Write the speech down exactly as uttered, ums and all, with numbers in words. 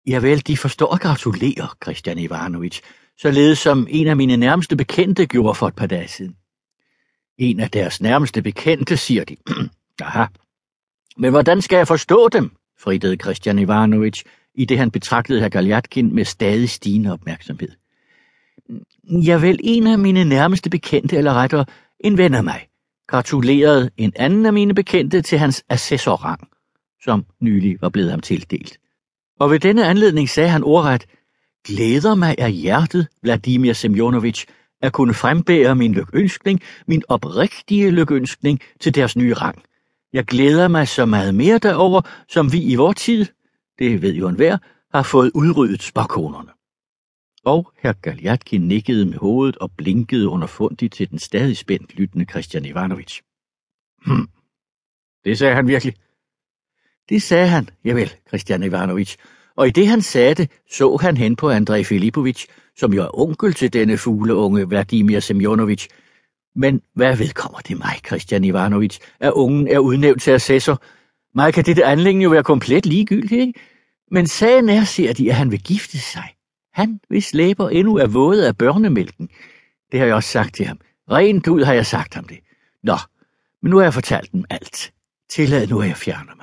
Javel, de forstår at gratulere, Christian Ivanovich, således som en af mine nærmeste bekendte gjorde for et par dage siden. En af deres nærmeste bekendte, siger de. Aha. Men hvordan skal jeg forstå dem? Frittede Christian Ivanovich, i det han betragtede hr. Galjatkin med stadig stigende opmærksomhed. Javel, en af mine nærmeste bekendte, eller rettere en ven af mig, gratulerede en anden af mine bekendte til hans assessorrang, som nylig var blevet ham tildelt. Og ved denne anledning sagde han ordret, glæder mig af hjertet, Vladimir Semjonovich, at kunne frembære min lykønskning, min oprigtige lykønskning til deres nye rang. Jeg glæder mig så meget mere derover, som vi i vor tid, det ved jo enhver, har fået udryddet spåkonerne. Og hr. Galjatkin nikkede med hovedet og blinkede underfundigt til den stadig spændt lyttende Christian Ivanovich. Hm. Det sagde han virkelig. Det sagde han, javel, Christian Ivanovich, og i det han sagde det, så han hen på Andrej Filipovich, som jo er onkel til denne fugleunge Vladimir Semjonovich. Men hvad vedkommer det mig, Christian Ivanovich, at ungen er udnævnt til assessor? Mig kan dette anliggende jo være komplet ligegyldigt, ikke? Men sagen er, siger de, at han vil gifte sig. Han, hvis læber endnu er våde af børnemælken. Det har jeg også sagt til ham. Rent ud har jeg sagt ham det. Nå, men nu har jeg fortalt dem alt. Tillad nu, at jeg fjerner mig.